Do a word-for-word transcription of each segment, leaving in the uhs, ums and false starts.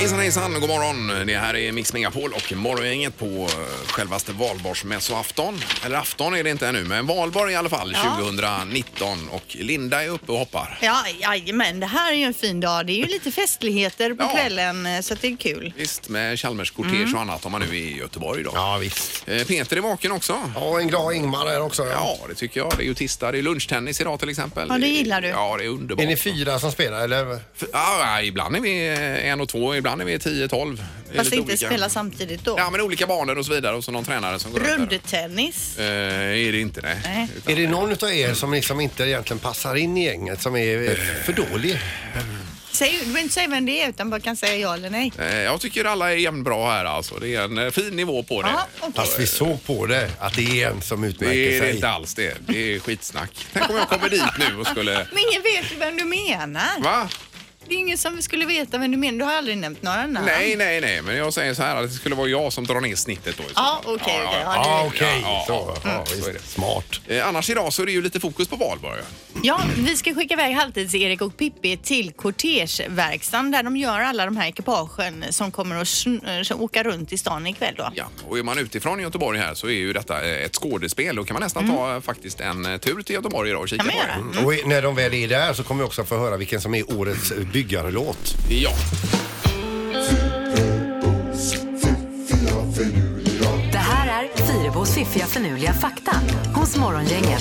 Hejsan hejsan, god morgon. Det här är Mix Megapol och morgongänget på självaste valborgsmässoafton. Eller afton är det inte ännu, men valborg i alla fall, ja. tjugonitton. Och Linda är uppe och hoppar. Ja, men det här är ju en fin dag. Det är ju lite festligheter på ja. kvällen, så att det är kul. Visst, med Chalmers kortege mm. och annat om man nu är i Göteborg då. Ja, visst. Peter är vaken också. Ja, en glad Ingmar är också. Ja. ja, det tycker jag. Det är ju tisdag, det är lunchtennis idag till exempel. Ja, det gillar du. Ja, det är underbart. Är ni fyra som spelar, eller? Ja, ibland är vi en och två, ibland är vi tio tolv. Fast inte olika. Spela samtidigt då? Ja, men olika banor och så vidare och så någon tränare som går runt. Rundtennis? Eh, är det inte det? Nej. Utan... Är det någon av er som liksom inte egentligen passar in i gänget, som är för dålig? Säg, du behöver inte säga vem det är utan bara kan säga ja eller nej. Eh, jag tycker alla är jämnbra här alltså. Det är en eh, fin nivå på det. Aha, okay. Fast vi såg på det att det är en som utmärker sig. Det är sig. Inte alls det. Det är skitsnack. Tänk om jag kommer dit nu och skulle... Men ingen vet ju vem du menar. Va? Det är ingen som skulle veta vem du menar. Du har aldrig nämnt några namn. Nej, nej, nej. Men jag säger så här att det skulle vara jag som drar ner snittet då. Ja, okej. Okay, ja, ja, okej. Så, ja, så är det. Smart. Eh, annars idag så är det ju lite fokus på valborg. Ja, vi ska skicka iväg Halvtids-Erik och Pippi till kortegeverkstan där de gör alla de här ekipagen som kommer att sn- åka runt i stan ikväll då. Ja, och är man utifrån Göteborg här så är ju detta ett skådespel och kan man nästan mm. ta faktiskt en tur till Göteborg idag och kika på det. Mm. Och när de väl är där så kommer vi också få höra vilken som är årets byggarlåt. Ja. Det här är Fyrebos fiffiga förnuliga fakta hos morgongänget.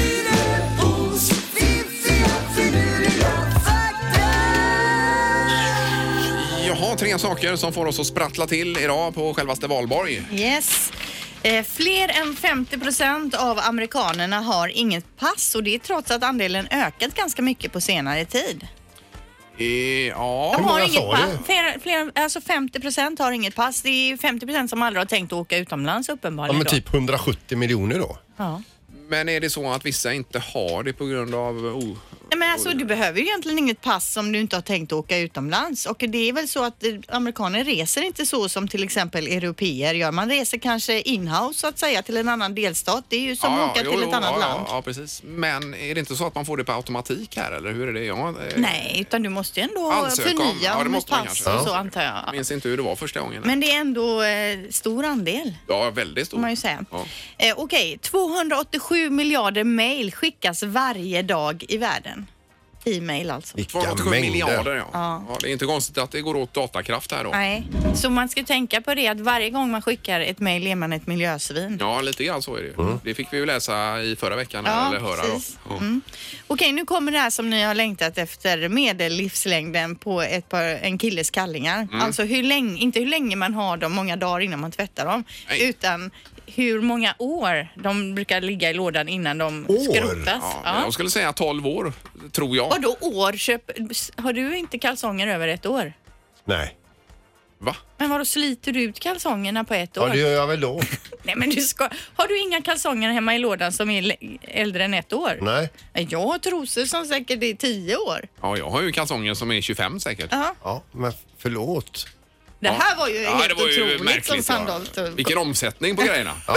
Jag har tre saker som får oss att sprattla till idag på självaste valborg. Yes. Eh, fler än femtio procent av amerikanerna har inget pass och det är trots att andelen ökat ganska mycket på senare tid. E, ja. De har inget pass. Fler, fler, alltså femtio procent har inget pass. Det är femtio procent som aldrig har tänkt åka utomlands uppenbarligen. Ja, men typ hundrasjuttio miljoner då. Ja. Men är det så att vissa inte har det på grund av... Oh, Nej, men alltså, du behöver ju egentligen inget pass om du inte har tänkt åka utomlands. Och det är väl så att amerikaner reser inte så som till exempel europeer gör. Man reser kanske in-house så att säga till en annan delstat. Det är ju som ja, att åka jo, till ett jo, annat ja, land. Ja, precis. Men är det inte så att man får det på automatik här eller hur är det? Ja, eh... Nej, utan du måste ju ändå ansöka om. förnya Ja, det måste man pass kanske. och så antar jag. Jag minns inte hur det var första gången. Men det är ändå eh, stor andel. Ja, väldigt stor. Får man ju säga. Ja. Eh, Okej, okay. tvåhundraåttiosju miljarder mejl skickas varje dag i världen. E-mail alltså. tvåhundraåttiosju miljarder, ja. Ja. Ja. Det är inte konstigt att det går åt datakraft här då. Nej, så man ska tänka på det att varje gång man skickar ett mejl är man ett miljösvin. Ja, lite grann så är det. Mm. Det fick vi ju läsa i förra veckan ja, eller höra då. Ja. Mm. Okej, nu kommer det här som ni har längtat efter, medellivslängden på ett par, en killes kallingar. Mm. Alltså hur länge, inte hur länge man har dem, många dagar innan man tvättar dem, Nej. utan hur många år de brukar ligga i lådan innan de år? skrotas. Ja, ja. Jag skulle säga tolv år, tror jag. Vadå år? Köp, har du inte kalsonger över ett år? Nej. Va? Men vadå, sliter du ut kalsongerna på ett år? Ja, det gör jag väl då. Nej, men du ska... Har du inga kalsonger hemma i lådan som är äldre än ett år? Nej. Jag har trosor som säkert är tio år. Ja, jag har ju kalsonger som är tjugofem säkert. Uh-huh. Ja, men förlåt. Det här var ju ja, helt det var ju otroligt märkligt, som Sandholt. Ja. Vilken omsättning på grejerna. Ja.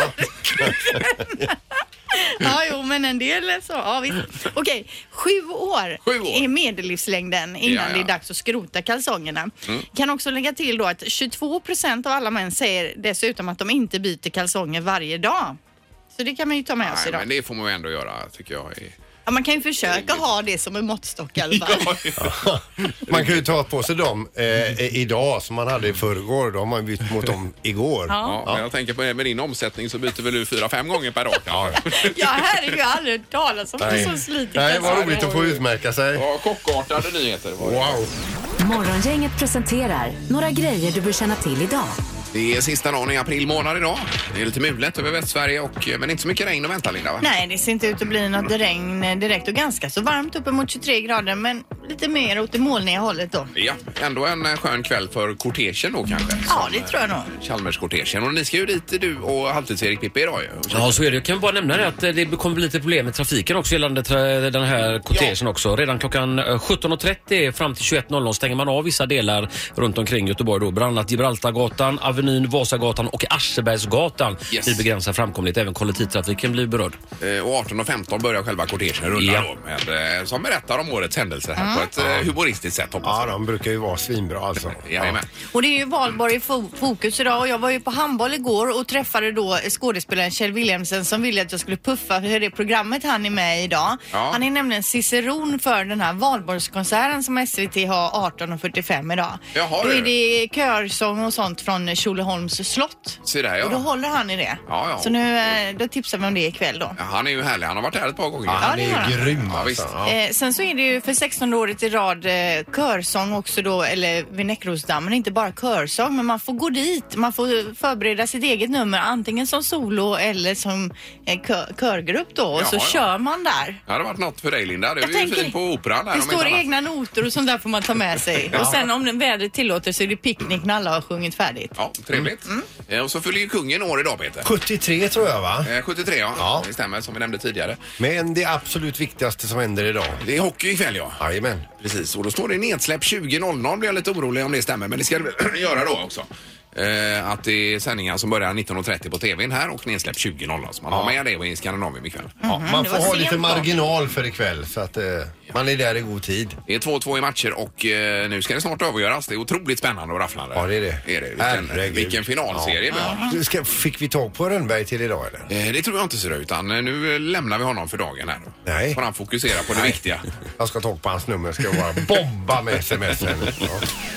Ja, jo, men en del är så. Ja, visst. Okej, sju år, sju år är medellivslängden innan ja, ja. det är dags att skrota kalsongerna. Mm. Kan också lägga till då att tjugotvå procent av alla män säger dessutom att de inte byter kalsonger varje dag. Så det kan man ju ta med Nej, oss idag. Men det får man ju ändå göra, tycker jag. Ja, man kan ju försöka ha det som en måttstock i alla fall. Ja. Man kan ju ta på sig dem eh, idag som man hade i förrgår. Då har man bytt mot dem igår. Ja, ja. Men jag tänker på det med din omsättning så byter väl du fyra, fem gånger per dag. Ja, ja här är ju aldrig hört talas om det som sliter. Nej, vad roligt att få utmärka sig. Ja, chockartade nyheter. Var det. Wow. Morgongänget presenterar några grejer du bör känna till idag. Det är sista dagen i april månad idag. Det är lite mulet över Västsverige och, men inte så mycket regn att vänta, Linda, va? Nej, det ser inte ut att bli något regn direkt och ganska så varmt uppemot tjugotre grader, men lite mer åt det molniga hållet då. Ja, ändå en skön kväll för kortegen då kanske. Ja, det tror jag nog. Chalmers-kortegen. Och ni ska ju dit, du och Halvtids-Erik Pippi idag ju. Ja, så är det. Jag kan bara nämna det att det kommer bli lite problem med trafiken också gällande tra- den här kortegen ja. också. Redan klockan sjutton trettio fram till tjugoett noll noll stänger man av vissa delar runt omkring Göteborg då. Bland annat Gibraltargatan, Avenyn, Vasagatan och Aschebergsgatan. Yes. Det begränsar framkomligt. Även kollektivtrafiken blir berörd. Eh, och arton och femton börjar själva kortegen rulla ja. då. Med, eh, som berättar om årets händelser här. på ett eh, humoristiskt sätt hoppas Ja, jag. de brukar ju vara svinbra alltså. Jajamän. Och det är ju valborg i fo- fokus idag och jag var ju på handboll igår och träffade då skådespelaren Kjell Williamsen som ville att jag skulle puffa för det programmet han är med i idag. Ja. Han är nämligen ciceron för den här valborgskonserten som S V T har arton och fyrtiofem idag. Jaha, då du. är det körsång och sånt från Tjolöholms slott. Se där, ja. Och då håller han i det. Ja, ja. Så nu eh, då tipsar vi om det ikväll då. Ja, han är ju härlig. Han har varit här ett par gånger. Ja, han det är gör han. ju grym Ja, alltså. visst. Ja. Eh, sen så är det ju för sextonde året i rad eh, körsång också då, eller vid Näckrosdammen, inte bara körsång, men man får gå dit, man får förbereda sitt eget nummer, antingen som solo eller som eh, kör, körgrupp då, och Ja, så ja. kör man där. Ja, det har varit något för dig, Linda. Du är Jag ju tänker- fin på operan. Där, Det om inte står annat. egna noter och sånt där får man ta med sig. Och sen om den vädret tillåter så är det picknick när alla har sjungit färdigt. Ja, trevligt. Mm. Eh, Och så fyller ju kungen år idag, Peter. sjuttiotre tror jag va? Eh, sjuttiotre, ja. Ja. Det stämmer, som vi nämnde tidigare. Men det absolut viktigaste som händer idag. Det är hockey ikväll, ja. Jajamän. Precis, och då står det nedsläpp tjugo noll noll. Blir jag lite orolig om det stämmer, men det ska det göra då också. Eh, att det är sändningar som börjar nitton trettio på tvn här och nedsläpp tjugo noll noll. Så man har med det i Skandinavien ikväll. Ja, man det får var ha sent lite då. marginal för ikväll så att eh, man är där i god tid. Det är två två i matcher och eh, nu ska det snart avgöras. Det är otroligt spännande och rafflande. Ja, det är det. är det. Vilken, Herregud. vilken finalserie vi har. Du Ska, fick vi tag på Rönnberg till idag eller? Eh, det tror jag inte ser ut, utan eh, nu eh, lämnar vi honom för dagen här. Nej. Får han fokusera på det viktiga. Jag ska ta tag på hans nummer, ska jag bara bomba med smsen. Ja.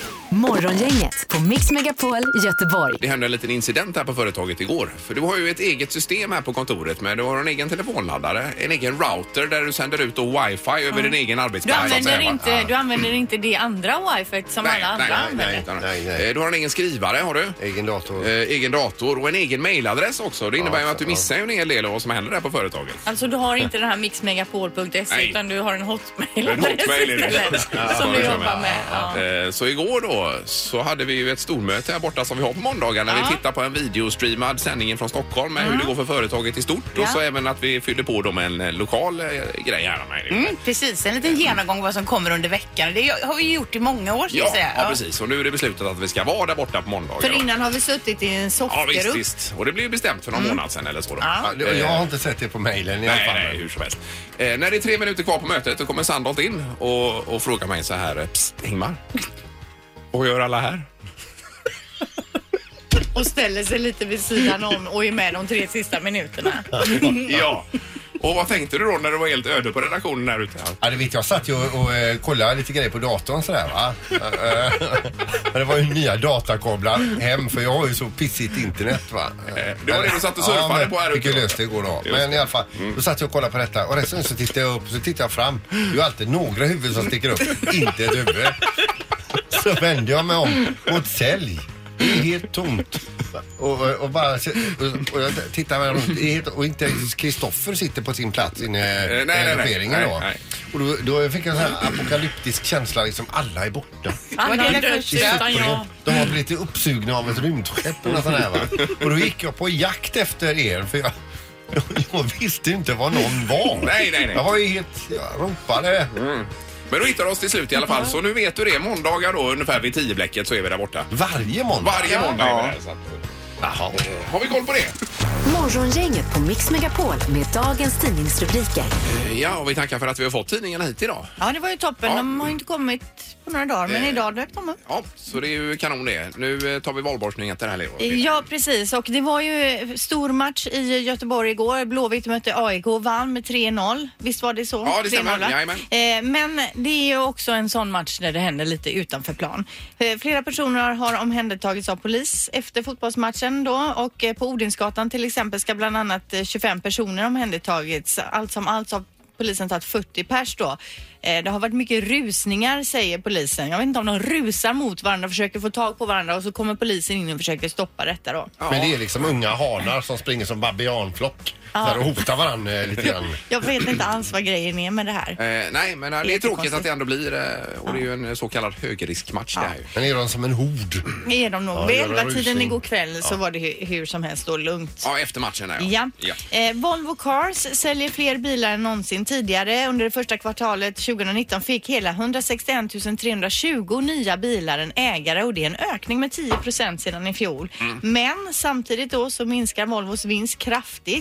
Morgongänget på Mix Megapol Göteborg. Det hände en liten incident här på företaget igår. För du har ju ett eget system här på kontoret med, du har en egen telefonladdare, en egen router där du sänder ut då wifi över din egen Du arbetsplats. så att använder, säga, va? inte, du använder inte det andra wifi som Nej, alla andra nej, nej, använder. utan- Nej, nej. Eh, Du har en egen skrivare, har du? Egen dator. Eh, egen dator och en egen mailadress också. Det innebär Ja, ju att du ja. missar ju en hel del av vad som händer där på företaget. Alltså du har inte den här mixmegapol punkt se Nej. utan du har en hotmail En hotmail är det. istället, Ja, som det du kör jobbar med. Ja. Eh, Så igår då så hade vi ju ett stormöte här borta som vi har på måndagar när Ja. vi tittar på en videostreamad sändning från Stockholm med hur det går för företaget i stort och Ja. så även att vi fyllde på dem med en eh, lokal eh, grej här med. Mm, precis, en liten genomgång vad som kommer under veckan. Det har vi gjort i många år, ska Ja, jag säga. ja, precis. Och nu är det beslutat att vi ska vara där borta på måndagar. För då. innan har vi suttit i en Ja, visst, soffgrupp. visst. Och det blev ju bestämt för någon månad sedan eller så då. Ja, det- jag har inte sett det på mejlen i alla Nej, fall. nej, hur som helst. Eh, när det är tre minuter kvar på mötet då kommer Sandholt in och, och frågar mig så här. Psst, Ingmar. Vad gör alla här? Och ställer sig lite vid sidan om och är med de tre sista minuterna. Ja. Och vad tänkte du då när det var helt öde på redaktionen där ute? Ja, det vet jag. satt ju och, och eh, kollade lite grejer på datorn sådär va. Eh, Men det var ju nya datakablar hem för jag har ju så pissigt internet va. Eh, det var det du satt och surfade ja, men på här fick ute ju då. löst det igår då. Just Men i alla fall, då satt jag och kollade på detta och resten så tittade jag upp och så tittade jag fram. Det är ju alltid några huvuden som sticker upp, inte ett huvud. Så vände jag mig om mot sälj. Det är helt tomt. Och, och, och bara och, och jag tittar mig runt, det är helt, och inte ens Kristoffer sitter på sin plats inne i nej, nej, redigeringen nej, då. nej. Och då, då fick jag en sån här apokalyptisk känsla liksom alla är borta. Alla det är det dött första. utan jag. De har blivit uppsugna av ett rymdskepp eller sån här va. Och då gick jag på jakt efter er för jag, jag visste inte vad någon var. Nej, nej, nej. Jag var ju helt, jag ropade. Men då hittar du oss till slut i alla fall. Så nu vet du det. Måndagar då ungefär vid tio bläcket så är vi där borta. Varje måndag. Varje måndag är vi där. Så att, Jaha. eh, har vi koll på det? Morgongänget på Mix Megapol med dagens tidningsrubriker. Eh, Ja, och vi tackar för att vi har fått tidningarna hit idag. Ja, det var ju toppen. Ja. De har ju inte kommit på några dagar, men Eh. idag dök de upp. Ja, så det är ju kanon det. Nu eh, tar vi valborgsnyheter här, Leo. Ja, precis. Och det var ju stor match i Göteborg igår. Blåvitt mötte A I K och vann med tre noll. Visst var det så? Ja, det stämmer. tre noll, va? Jajamän. eh, Men det är ju också en sån match där det händer lite utanför plan. Eh, flera personer har omhändertagits av polis efter fotbollsmatchen då. Och eh, på Odinsgatan till exempel ska bland annat eh, tjugofem personer omhändertagits. Allt som allt har polisen tagit fyrtio pers då. Eh, det har varit mycket rusningar, säger polisen. Jag vet inte om de rusar mot varandra och försöker få tag på varandra och så kommer polisen in och försöker stoppa detta då. Ja. Men det är liksom unga hanar som springer som babianflock. Där och hotar varandra eh, lite grann. Jag vet inte alls vad grejen är med det här. Eh, nej, men eh, det är Lite tråkigt konstigt. att det ändå blir eh, och det är ju en eh, så kallad högriskmatch det här ju. Men är de som en hord? Det är de nog. Ja, Vid det var elva tiden rusning. igår kväll så var det hur, hur som helst då lugnt. Ja, efter matchen där. Ja. ja. Eh, Volvo Cars säljer fler bilar än någonsin tidigare. Under det första kvartalet tjugonitton fick hela etthundrasextioett tusen trehundratjugo nya bilar en ägare och det är en ökning med tio procent sedan i fjol. Mm. Men samtidigt då så minskar Volvos vinst kraftigt.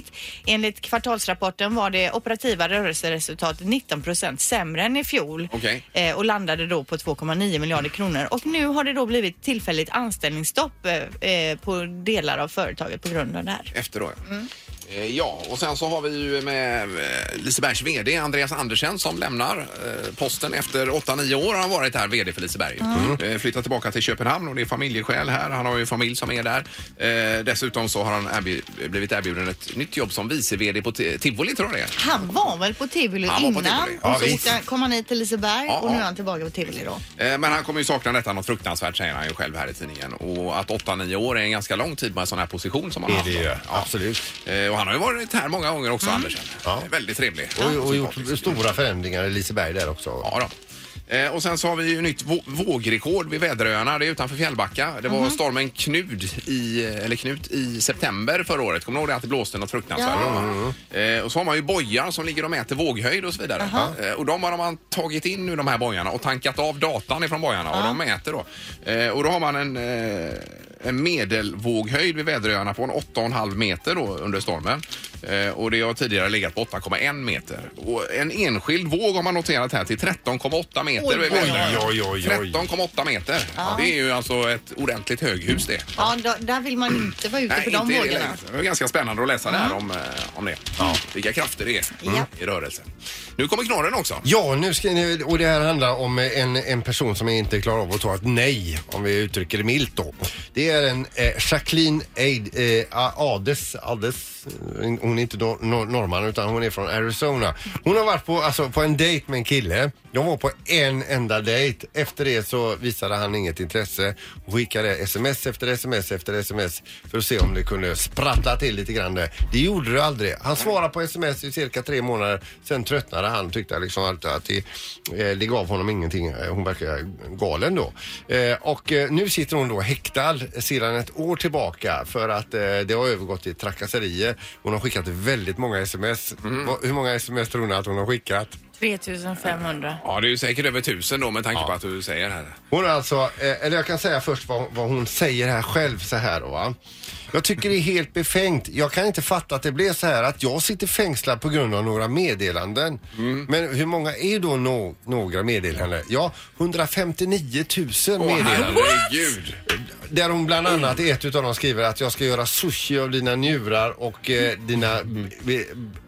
enligt kvartalsrapporten var det operativa rörelseresultatet nitton procent sämre än i fjol. Okay. Eh, och landade då på två komma nio miljarder kronor. Och nu har det då blivit tillfälligt anställningsstopp eh, på delar av företaget på grund av det här. Efter då, ja. Mm. Ja, och sen så har vi ju med Lisebergs vd Andreas Andersen som lämnar posten efter åtta nio år. Han har varit här vd för Liseberg. Mm. Flyttat tillbaka till Köpenhamn och det är familjeskäl här. Han har ju familj som är där. Dessutom så har han erbjud, blivit erbjuden ett nytt jobb som vice-vd på Tivoli, tror jag det är. Han var väl på Tivoli han innan på Tivoli. och så ja, åkte, kom han hit till Liseberg ja, och nu är ja. han tillbaka på Tivoli då. Men han kommer ju sakna detta något fruktansvärt, säger han ju själv här i tidningen. Och att åtta nio år är en ganska lång tid med en sån här position som han har haft. Det är det, ja. Absolut. Och han har ju varit här många gånger också, mm. Andersen. Ja. Väldigt trevlig. Och, och gjort stora förändringar i Liseberg där också. Ja då. Eh, och sen så har vi ju nytt vå- vågrekord vid Väderöarna. Det är utanför Fjällbacka. Det var mm-hmm. stormen Knud i, eller Knut i september förra året. Kommer du ihåg det att det blåste något fruktansvärt? Ja. Mm-hmm. Eh, och så har man ju bojar som ligger och mäter våghöjd och så vidare. Uh-huh. Eh, och de har man tagit in nu, de här bojarna, och tankat av datan ifrån bojarna. Uh-huh. Och de mäter då. Eh, och då har man en... Eh, en medelvåghöjd vid Väderöarna på en åtta komma fem meter då under stormen. Eh, och det har tidigare legat på åtta komma en meter. Och en enskild våg har man noterat här till tretton komma åtta meter. Oj, oj, oj, oj. tretton komma åtta meter. Ja. Det är ju alltså ett ordentligt höghus det. Ja, då, där vill man inte vara ute Nej, på de inte vågorna. Det, det är ganska spännande att läsa mm. det här om, om det. Ja. Vilka krafter det är mm. i rörelse. Nu kommer knorren också. Ja, nu ska ni, och det här handlar om en, en person som inte klarar av att ta ett nej, om vi uttrycker det milt då. Det är en eh, Jacqueline Aid, eh, Ades, Ades, hon är inte nor- nor- norrman utan hon är från Arizona. Hon har varit på, alltså, på en dejt med en kille. De var på en enda dejt. Efter det så visade han inget intresse. Hon skickade sms efter sms efter sms för att se om det kunde sprattla till lite grann. Det gjorde det aldrig. Han svarade på sms i cirka tre månader. Sen tröttnade han, tyckte liksom att, att det, eh, det gav honom ingenting. Hon verkar galen då. Eh, och eh, nu sitter hon då häktad sedan ett år tillbaka för att eh, det har övergått till trakasserier. Hon har skickat väldigt många sms. Mm. Hur många sms tror ni att hon har skickat? tre tusen femhundra. Ja, det är ju säkert över tusen då med tanke ja. på att du säger här. Hon är alltså, eh, eller jag kan säga först vad, vad hon säger här själv så här då, va? Jag tycker det är helt befängt. Jag kan inte fatta att det blev så här att jag sitter fängslad på grund av några meddelanden. Mm. Men hur många är då no- några meddelanden? Ja, hundrafemtionio tusen oh, meddelanden. Herregud. Där hon bland annat i ett utav dem skriver att jag ska göra sushi av dina njurar och eh, dina b-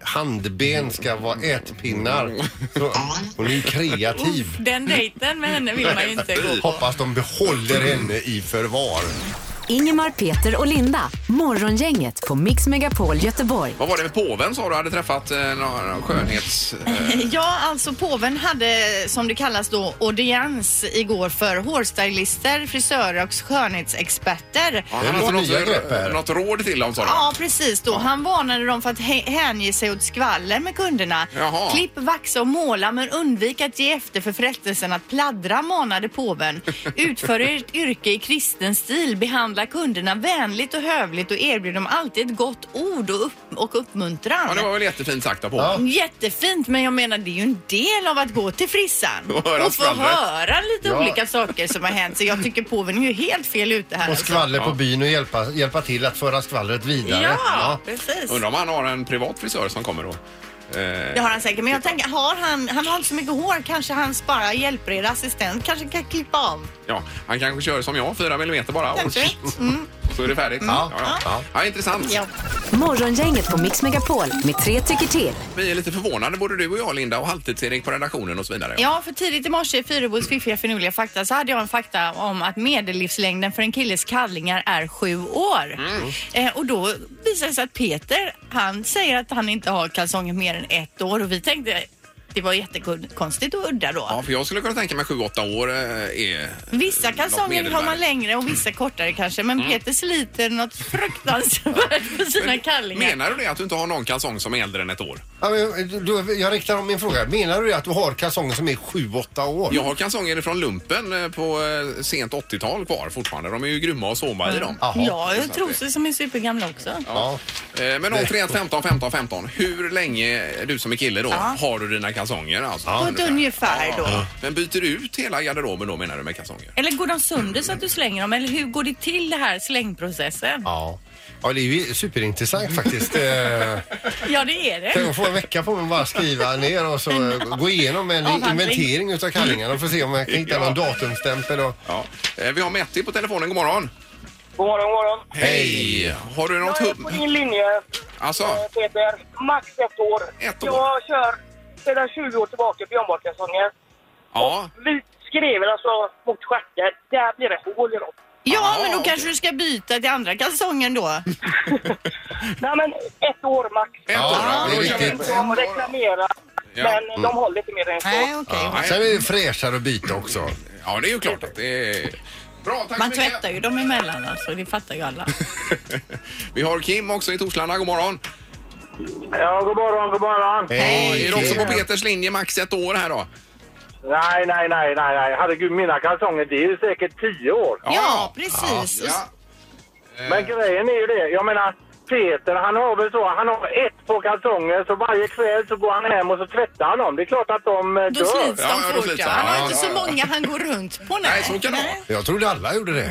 handben ska vara ätpinnar. Så, hon är ju kreativ. Uff, den dejten med henne vill man ju inte gå på. Hoppas de behåller henne i förvar. Ingemar, Peter och Linda. Morgongänget på Mix Megapol Göteborg. Vad var det med påven sa du hade träffat eh, någon skönhets... Eh... Ja, alltså påven hade, som det kallas då, audiens igår för hårstylister, frisörer och skönhetsexperter. Ja, han hade något, något råd till dem, sa du? Ja, precis då. Han varnade dem för att hä- hänge sig åt skvaller med kunderna. Jaha. Klipp, vaxa och måla, men undvik att ge efter för frestelsen att pladdra, manade påven. Utför ert yrke i kristen stil, behandla kunderna vänligt och hövligt och erbjuder dem alltid ett gott ord och, upp, och uppmuntran. Ja, det var väl jättefint sagt av påven. Ja. Jättefint, men jag menar det är ju en del av att gå till frissan och, höra och få höra lite ja. olika saker som har hänt. Så jag tycker påven är ju helt fel ute här. Och skvaller alltså. på byn och hjälpa, hjälpa till att föra skvallret vidare. Ja, ja, precis. Undrar om han har en privat frisör som kommer då. Det har han säkert, men jag tänker, har han, han har inte så mycket hår, kanske hans bara hjälpred assistent kanske kan klippa av. Ja, han kanske kör som jag, fyra millimeter bara. Kanske. Mm. Så är det färdigt. Mm. Ja, ja, ja. ja, intressant. Ja. Morgongänget på Mix Megapol med tre tycker till. Vi är lite förvånade, både du och jag, Linda, och halvtids-Erik på redaktionen och så vidare. Ja, för tidigt i morse i Fyrebos fiffiga förnuliga fakta så hade jag en fakta om att medellivslängden för en killes kallingar är sju år. Mm. Eh, och då visar det sig att Peter, han säger att han inte har kalsonger mer än ett år och vi tänkte... Det var jättekonstigt och udda då. Ja, för jag skulle kunna tänka mig sju åtta år är... Vissa kalsonger har man längre och vissa kortare kanske. Men mm. Peter sliter något fruktansvärt på sina men, kallingar. Menar du det att du inte har någon kalsong som är äldre än ett år? Ja, men, du, jag riktar om min fråga. Menar du att du har kalsonger som är sju åtta år? Jag har kalsonger från lumpen på sent åttiotal kvar fortfarande. De är ju grymma att sova mm. i dem. Aha. Ja, jag tror så som är supergamla också. Ja. Ja. Men noll tre ett femton femton femton. Hur länge, du som är kille då, ja. har du dina kalsonger kalsonger alltså. På ett ungefär då. Ja. Men byter du ut hela garderoben då menar du med kalsonger? Eller går de sönder så att du slänger dem? Eller hur går det till det här slängprocessen? Ja. Ja, det är ju superintressant faktiskt. Eh, Ja, det är det. Kan jag få en vecka på mig att bara skriva ner och så eh, gå igenom en avhandling. inventering utav kallingarna och få se om jag kan hitta Ja. någon datumstämpel. Och... Ja. Eh, Vi har Metti på telefonen, god morgon. God morgon, god morgon. Hej! Har du något Jag är hum... på din linje, Alltså, eh, Peter. Max ett år. Ett år. Jag kör sedan tjugo år tillbaka björnborrkalsonger. ja. Vid skreven alltså mot stjärten, där blir det hål i dem. Ja, Ah, men då okej. kanske du ska byta till andra kalsongen då. Nej men ett år max. Ett Ja, år. det är Då kör vi viktigt. på. De reklamerar, Ja. men de håller inte mer än så. Nej, okej. Ja, Sen är det fräschare att byta också. Ja, det är ju klart att det är... Bra, tack Man så mycket. tvättar ju dem emellan alltså, det fattar ju alla. Vi har Kim också i Torslanda, god morgon. Ja, god morgon, god morgon. Hej, Är du också Kim. på Peters linje max ett år här då? Nej, nej, nej, nej, nej. Herregud, mina kalsonger, det är ju säkert tio år. Ja, precis. Ja, Men grejen är ju det, jag menar, Peter han har väl så, han har ett på kalsonger så varje kväll så går han hem och så tvättar han dem. Det är klart att de eh, Då dör. slits Ja, de ja, då fort. slits Ja. de. Han har Ja, inte ja, så ja. många han går runt på. Nej, Nej, så kan det vara. Jag trodde alla gjorde det.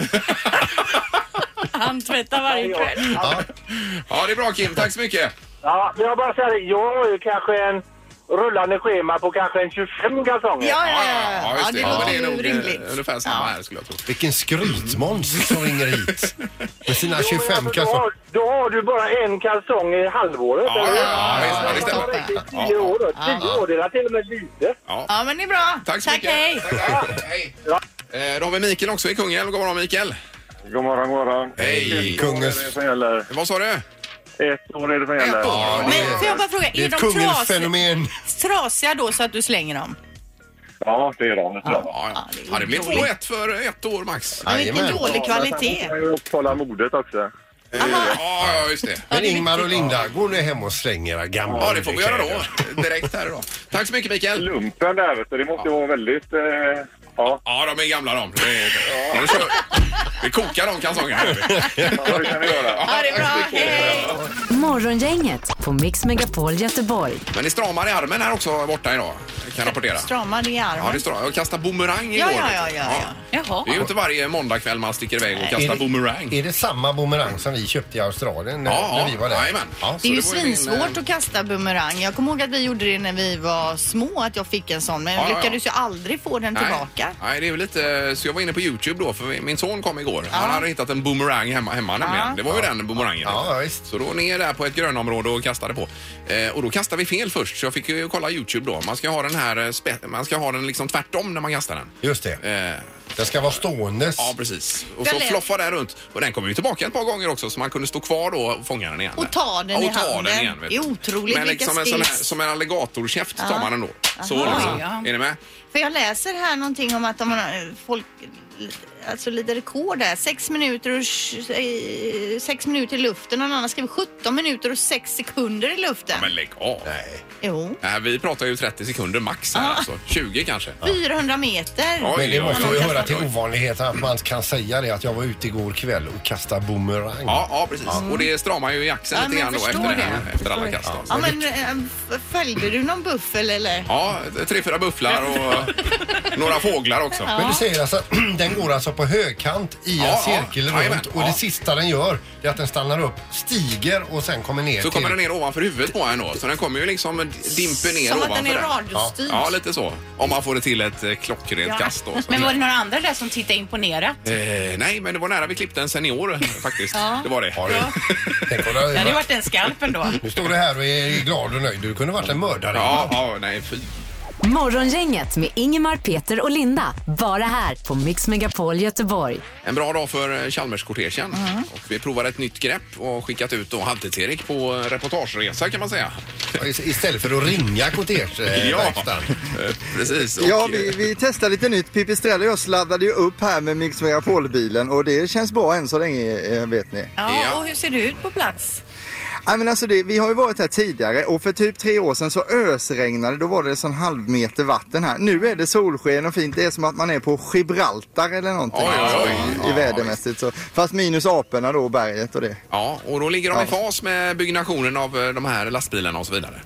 Han tvättar varje kväll. Ja, det är bra Kim, tack så mycket. Ja, men jag bara säger det, jag har ju kanske en rullande schema på kanske en tjugofem kalsonger. Ja, ja, ja. Ja, Ja, just det. det Ja, men låter det är ju nog rimligt. eh, ungefär samma här skulle jag tro. Vilken skrytmåns som ringer hit med sina Jo, men tjugofem alltså, då, kalsonger. har, då har du bara en kalsong i halvåret. Ja, eller hur? ja, visst, ja, det stämmer. tar riktigt tio år. då. Tio år, det är till och med lite. Ja, men det är bra. Tack så mycket. hej. Tack, hej. Eh, Då har vi Mikael också i Kungälv. God morgon Mikael. God morgon, god morgon. Hej. Kungens... Det är det som gäller. Vad sa du? Ett år är det som gäller. Ett år. Men får jag bara fråga, Det är är ett de trasiga, kungens-fenomen. trasiga då så att du slänger dem? Ja, det är de. Ja. Ja, ja. Ja, det blir två ett för ett år max. Men vilken Jajamän. dålig kvalitet. Jag kan ju uppehålla modet också. Eh, Ja, ja, just det. Men Ingmar och Linda, går ni hem och slänger era gamla Ja, det får vi göra underkläder? då. Direkt här idag. Tack så mycket Mikael. Lumpen där, vet du, det måste ju vara väldigt... Eh, ja, Ja, de är gamla de. Det är, ja. vi, kör. vi kokar de kalsongerna. ja, det kan vi göra. Ja, det är bra. Hej. Morgongänget på Mix Megapol Göteborg. Men det stramar i armen här också borta idag. Jag kan rapportera. Stramar i Ja, det armen. stramar. Jag kastade boomerang igår. Ja, ja, ja, ja, ja. Jaha. Det är ju inte varje måndagkväll man sticker iväg och Är kastar det, boomerang. är det samma boomerang som vi köpte i Australien när, Ja, när vi var där? jajamän. Ja, Det är ju Så det var ju min, svinsvårt eh, att kasta bumerang. Jag kommer ihåg att vi gjorde det när vi var små, att jag fick en sån. Men jag Ja, ja, ja. lyckades ju aldrig få den tillbaka. Nej, det är väl lite... Så jag var inne på YouTube då, för min son kom igår. Han hade hittat en boomerang hemma, hemma nämligen. Det var ju den boomerangen. Ja, ja, visst. Så då ner där på ett grönområde och kastade på. Eh, och då kastade vi fel först, så jag fick ju kolla YouTube då. Man ska ha den här... eh, Spe- man ska ha den liksom tvärtom när man kastar den. Just det. Eh, Den ska vara ståendes. ja, precis. Och Jag så lät- floffa där runt. Och den kom ju tillbaka ett par gånger också, så man kunde stå kvar då och fånga den igen. Och ta den ja, i och ta handen. Den igen, vet Det är du. otroligt, Men vilka liksom en sån här, skills. som en alligatorkäft tar man den då. Så Aha. liksom. Ja. Är ni med? För jag läser här någonting om att de har folk alltså lite rekord där. Sex minuter och tj- eh, sex minuter i luften och någon annan skriver sjutton minuter och sex sekunder i luften. Men lägg av. Nej. Jo. Nej, vi pratar ju trettio sekunder max här alltså. tjugo kanske. fyrahundra meter. Oj, Men det oj, måste oj, ju oj. höra till ovanligheten att man kan säga det att jag var ute igår kväll och kastade boomerang. Ja, ja precis. Och det stramar ju i axeln Ja, lite men grann då jag efter, förstår det här, det. efter alla Förstår kast. Ja, Alltså. men äh, f- följde du någon buffel eller? Ja, tre, fyra bufflar och några fåglar också. Men du säger alltså, den går alltså på högkant i en Ja, ja. cirkel Jajamän. runt och Ja. det sista den gör är att den stannar upp, stiger och sen kommer ner Så till... kommer den ner ovanför huvudet på en då. Så den kommer ju liksom dimper ner Som att ovanför den är den. radiostyrd. Ja, lite så. Om man får det till ett eh, klockrent kast då. Så. Men var det några andra där som tittade imponerat? Eh, nej, men det var nära vi klippte en senior faktiskt. Det var det. Har du? Tänk om det- Det hade varit en skalp ändå. Nu står du här och är glad och nöjd. Du kunde varit en mördare. Ja, ja, nej, fy. Morgongänget med Ingemar, Peter och Linda. Bara här på Mix Megapol Göteborg. En bra dag för Chalmerskortegen. Och vi provar ett nytt grepp och skickat ut då Halvtids-Erik på reportageresa kan man säga. Istället för att ringa kortegeverkstaden. eh, precis. Och, Ja, vi, vi testar lite nytt. Pipistrello och jag sladdade ju upp här med Mix Megapol-bilen och det känns bra än så länge, eh, vet ni. Ja, Ja. och hur ser det ut på plats? Ja, men alltså det, vi har ju varit här tidigare och för typ tre år sedan så ösregnade, då var det en halv meter vatten här. Nu är det solsken och fint, det är som att man är på Gibraltar eller någonting Oj, oj, oj. i Ja, vädermässigt. Så, fast minus aporna då, berget och det. Ja, och då ligger de i Ja. fas med byggnationen av eh, de här lastbilarna och så vidare.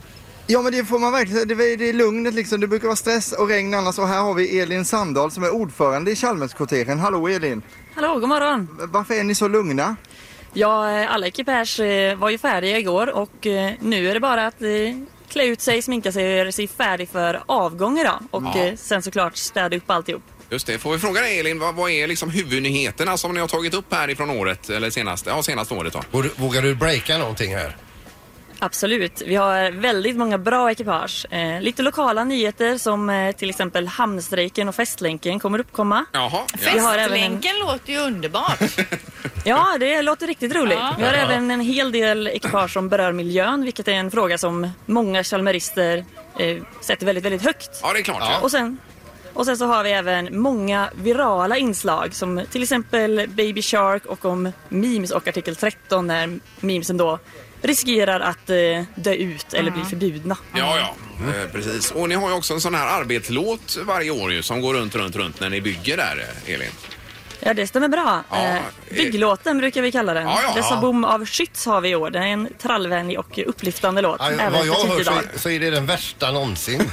Ja, men det får man verkligen, det är, det är lugnet liksom, det brukar vara stress och regn annars. Och här har vi Elin Sandahl som är ordförande i Chalmerskortegen. Hallå Elin! Hallå, god morgon! Varför är ni så lugna? Ja, alla ekipage var ju färdiga igår och nu är det bara att klä ut sig, sminka sig och göra sig färdig för avgång idag. Och ja. sen såklart städa upp alltihop. Just det, får vi fråga dig Elin, vad, vad är liksom huvudnyheterna som ni har tagit upp här ifrån året, eller senaste, ja, senaste året då? Vågar du breaka någonting här? Absolut, vi har väldigt många bra ekipage. Eh, lite lokala nyheter som eh, till exempel hamnstrejken och festlänken kommer uppkomma. Jaha, ja. Festlänken en... låter ju underbart. Ja, det låter riktigt roligt. Ja. Vi har ja. även en hel del ekipage som berör miljön, vilket är en fråga som många chalmerister eh, sätter väldigt, väldigt högt. Ja, det är klart. Ja. Och sen... Och sen så har vi även många virala inslag som till exempel Baby Shark och om memes och artikel tretton när memesen då riskerar att eh, dö ut eller bli förbjudna. Ja, ja, eh, precis. Och ni har ju också en sån här arbetslåt varje år ju, som går runt, runt, runt när ni bygger där, Elin. Ja, det stämmer bra. Ja, eh, bygglåten brukar vi kalla den. Ja, ja, Dessa ja. bom av Skytts har vi i år. Det är en trallvänlig och upplyftande låt. Ja, även vad jag för hör tio så, dagar. så är det den värsta någonsin.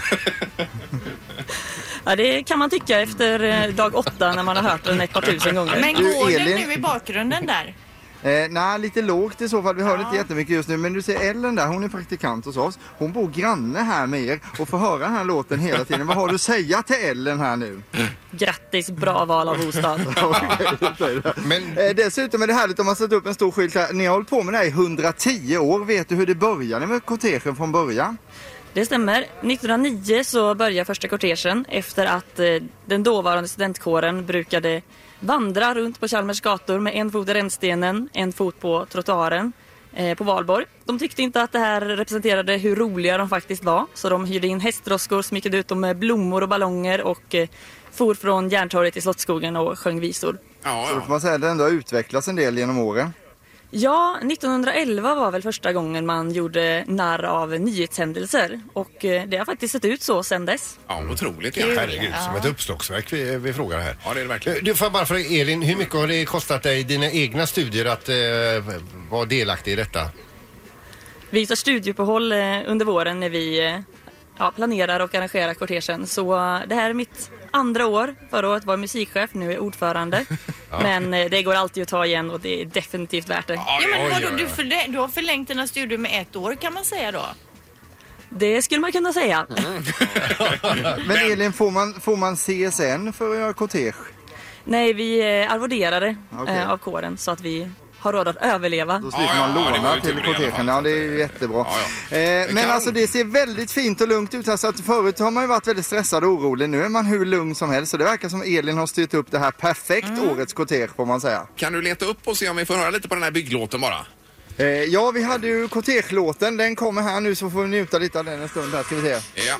Ja, det kan man tycka efter eh, dag åtta när man har hört den ett par tusen gånger. Men går den nu i bakgrunden där? Eh, nej, lite lågt i så fall. Vi hör ja. inte jättemycket just nu. Men du ser Ellen där, hon är praktikant hos oss. Hon bor granne här med er och får höra den här låten hela tiden. Vad har du att säga till Ellen här nu? Grattis, bra val av bostad. Men... Eh, dessutom är det härligt om man sätter upp en stor skylt här. Ni har hållit på med det här i hundratio år. Vet du hur det började med kortegen från början? Det stämmer. nittonhundranio så började första kortegen efter att eh, den dåvarande studentkåren brukade vandra runt på Chalmers gator med en fot i rännstenen, en fot på trottoaren eh, på Valborg. De tyckte inte att det här representerade hur roliga de faktiskt var, så de hyrde in hästdroskor, smyckade ut dem med blommor och ballonger och eh, for från Järntorget till Slottsskogen och sjöng visor. Ja, Så ja. får man säga att det ändå har utvecklats en del genom åren. Ja, nittonhundraelva var väl första gången man gjorde narr av nyhetshändelser och eh, det har faktiskt sett ut så sedan dess. Ja, otroligt. Ja. Herregud, som ett uppslagsverk vi, vi frågar här. Ja, det är det verkligen. Du får bara fråga Elin, hur mycket har det kostat dig dina egna studier att eh, vara delaktig i detta? Vi tar studieuppehåll eh, under våren när vi eh, ja, planerar och arrangerar kortegen. Så eh, det här är mitt andra år. Förra året var jag musikchef, nu är jag ordförande. Ja. Men eh, det går alltid att ta igen och det är definitivt värt det. Ja, men vadå, du, för, du har förlängt dina studier med ett år kan man säga då? Det skulle man kunna säga. Mm. Men Elin, får man, får man C S N för att göra kortege? Nej, vi är arvoderade Okay. eh, av kåren så att vi har råd att överleva. Då slipper Ja, man ja, låna ja, till kortegen. Ja, det är ju jättebra. Ja, ja. Eh, men kan... alltså det ser väldigt fint och lugnt ut här. Så att förut har man ju varit väldigt stressad och orolig. Nu är man hur lugn som helst. Så det verkar som Elin har styrt upp det här perfekt mm. årets kortege får man säga. Kan du leta upp och se om vi får höra lite på den här bygglåten bara? Eh, ja, vi hade ju kortegelåten. Den kommer här nu så får vi njuta lite av den en stund här. Ska vi se. Ja.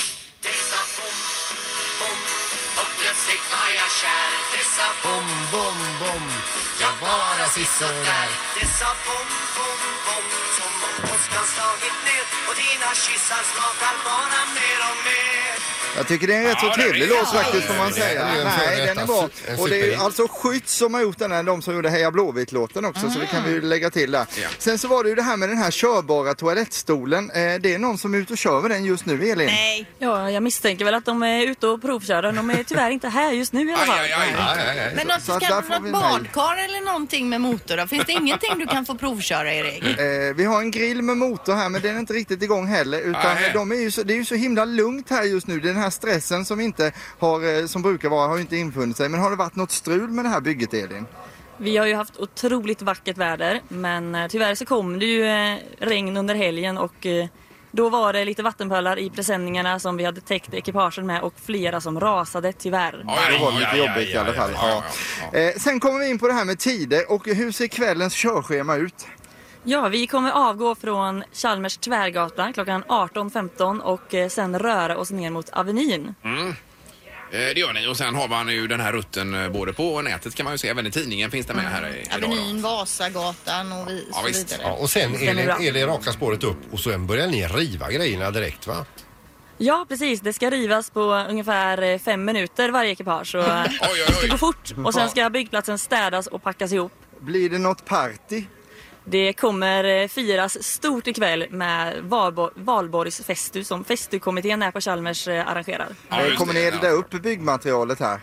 Bom, bom, bom, jag bara sisådär. Dessa bom, bom, bom som om åskan slagit ner och dina kyssar smakar bara mer och mer. Jag tycker det är en rätt Ja, så trevlig det är- låt faktiskt får man det är- säga. det är en Nej, före den är detta bra. su- en Och det är ju superhit. alltså Skytts som har gjort den här, de som gjorde Heja Blåvitt-låten också, så det kan vi ju lägga till där. Ja. Sen så var det ju det här med den här körbara toalettstolen. Eh, det är någon som är ute och kör med den just nu, Elin. Nej. Ja, jag misstänker väl att de är ute och provkör. De är tyvärr inte här just nu i alla fall. Aj, aj, aj. Nej, nej, nej. Men något, så att där kan, får vi något nej. badkar eller någonting med motor då? Finns det ingenting du kan få provköra, Erik? Eh, vi har en grill med motor här, men den är inte riktigt igång heller. Utan Nej. de är ju så, det är ju så himla lugnt här just nu. Den här stressen som inte har, eh, som brukar vara, har ju inte infunnit sig. Men har det varit något strul med det här bygget, Elin? Vi har ju haft otroligt vackert väder, men eh, tyvärr så kom det ju eh, regn under helgen och eh, då var det lite vattenpölar i presenningarna som vi hade täckt ekipagen med och flera som rasade tyvärr. Ja, Det ja, var ja, lite ja, jobbigt ja, i alla fall. ja, ja, ja. Eh, sen kommer vi in på det här med tider och hur ser kvällens körschema ut? Ja, vi kommer avgå från Chalmers Tvärgata klockan arton femton och eh, sen röra oss ner mot Avenyn. Mm. Eh, Det gör ni. Och sen har man ju den här rutten eh, både på nätet kan man ju se, även i tidningen finns det med här i, idag då. Avenyn, Vasagatan och vi, Ja, så visst. vidare. Ja, och sen Stämmer Elin, bra. Elin raka spåret upp och sen börjar ni riva grejerna direkt, va? Ja, precis. Det ska rivas på ungefär eh, fem minuter varje ekipage. Så eh, Oj, oj, det ska oj. gå fort och sen ska byggplatsen städas och packas ihop. Blir det något party? Det kommer firas stort ikväll med Valbo- Valborgs festu som festukommittén är på Chalmers arrangerar. Ja, kommer ni elda upp byggmaterialet här?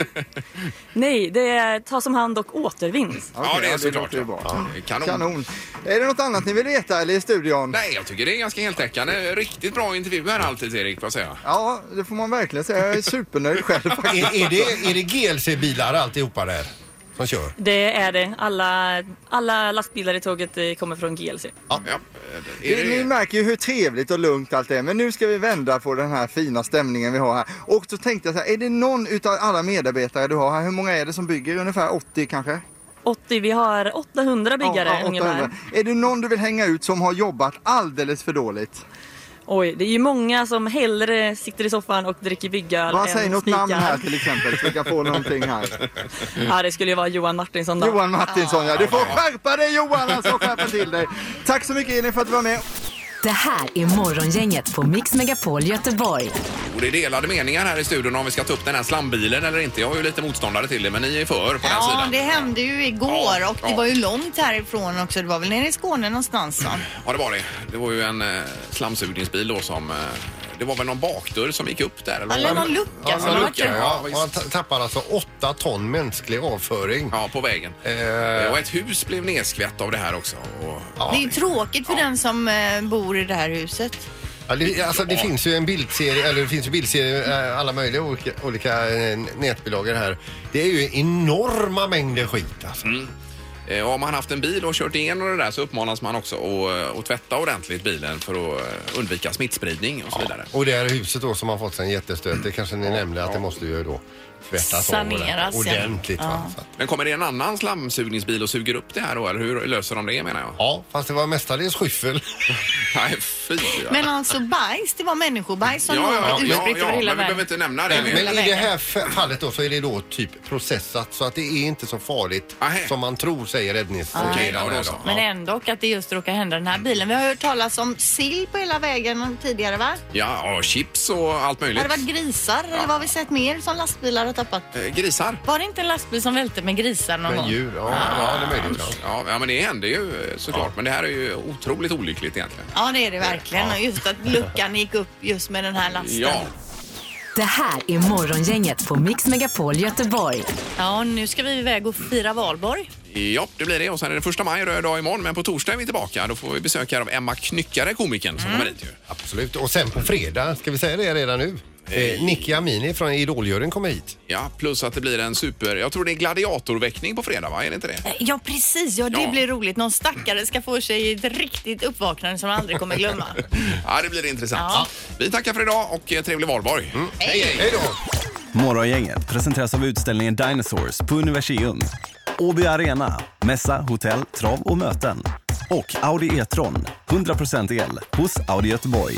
Nej, det tas om hand och återvinns. Ja, det är såklart. Det bra. Ja. Kanon. Kanon. Är det något annat ni vill veta eller i studion? Nej, jag tycker det är ganska heltäckande. Riktigt bra intervju här alltid, Erik, vad säger jag? Ja, det får man verkligen säga. Jag är supernöjd själv faktiskt. är, är, det, är det G L C-bilar alltihopa där som kör? Det är det. Alla, alla lastbilar i tåget kommer från G L C. Ja. Ja. Är det... Ni märker ju hur trevligt och lugnt allt är. Men nu ska vi vända på den här fina stämningen vi har här. Och så tänkte jag så här, är det någon utav alla medarbetare du har här? Hur många är det som bygger? Ungefär åttio kanske? åttio, vi har åttahundra byggare ja, ja, ungefär. Är det någon du vill hänga ut som har jobbat alldeles för dåligt? Oj, det är ju många som hellre sitter i soffan och dricker byggar Vad än säger något spikar. namn här till exempel så vi kan få någonting här. Ja, det skulle ju vara Johan Martinsson då. Johan Martinsson, ja. Du får skärpa dig Johan, alltså skärpa till dig. Tack så mycket Elin för att du var med. Det här är Morgongänget på Mix Megapol Göteborg. Och det är delade meningar här i studion om vi ska ta upp den här slambilen eller inte. Jag är ju lite motståndare till det, men ni är för på den Ja, sidan. det hände ju igår Ja, och det ja. var ju långt härifrån också. Det var väl nere i Skåne någonstans va? Ja, det var det. Det var ju en eh, slamsugningsbil då som... Eh, det var väl någon bakdörr som gick upp där? Eller, Eller någon lucka Ja, som en har lucka, varit ja. visst. Man ta- tappar alltså åtta ton mänsklig avföring. Ja, på vägen. Eh, Och ett hus blev nedskvätt av det här också. Och, ja. Det är ju tråkigt för den som eh, bor i det här huset. Ja, det, alltså, det finns ju en bildserie, eller det finns ju bildserier, eh, alla möjliga olika, olika eh, nätbilagor här. Det är ju enorma mängder skit alltså. Mm. Eh, och om man haft en bil och kört igenom det där så uppmanas man också att, att tvätta ordentligt bilen för att eh, undvika smittspridning och så vidare. Och det här huset då som har fått en jättestöt, det kanske ni nämnde att det måste ju då tvättas av Saneras, ja. ordentligt. Va? Så att, Men kommer det en annan slamsugningsbil och suger upp det här då? Eller hur löser de det menar jag? ja, fast det var mestadels skyffel. Nej, fy. Men alltså bajs, det var människobajs som Ja, var ja, ja, utspritt ja, över ja, hela men vi behöver världen. inte nämna det Men, mer. men i det här f- fallet då så är det då typ processat så att det är inte så farligt Ahä. som man tror, säger räddningskillarna. Okej, då, då där så. då. Men ändå att det just råkar hända den här bilen. Vi har hört talas om sill på hela vägen tidigare va? Ja, och chips och allt möjligt. Har det varit grisar eller vad har vi sett mer som lastbilar har tappat? Eh, Grisar. Var det inte en lastbil som välte med grisar någon Men gång? djur, ja, ja det är möjligt. Ja. Ja, ja, men det händer ju eh, såklart. Men det här är ju otroligt olyckligt egentligen. Ja, det är det verkligen. Och just att luckan gick upp just med den här lasten. Ja. Det här är Morgongänget på Mix Megapol Göteborg. Ja, nu ska vi iväg och fira valborg. Ja, det blir det. Och sen är det första maj, röd dag imorgon. Men på torsdag är vi tillbaka. Då får vi besök här av Emma Knyckare, komikern, som kommer hit ju. Absolut. Och sen på fredag, ska vi säga det redan nu? Eh, Nicky Amini från Idoljuryn kommer hit. Ja, plus att det blir en super... Jag tror det är gladiatorväckning på fredag, va? Är det inte det? Ja, precis. Ja, det Ja. blir roligt. Någon stackare ska få sig ett riktigt uppvaknande som man aldrig kommer glömma. Ja, det blir intressant. Ja. Vi tackar för idag och eh, trevlig valborg. Hej, hej. Hej då! Morgongänget presenteras av utställningen Dinosaurs på Universium. Åby Arena, mässa, hotell, trav och möten. Och Audi E-tron, hundra procent el hos Audi Göteborg.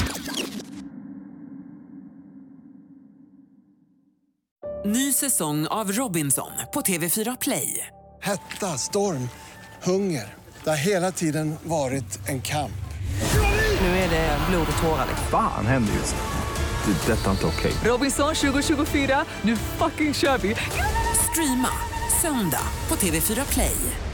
Ny säsong av Robinson på T V fyra Play. Hetta, storm, hunger. Det har hela tiden varit en kamp. Nu är det blod och tårar. Fan händer just det. Det är detta inte okej. Robinson tjugo tjugofyra, nu fucking kör vi. Streama söndag på T V fyra Play.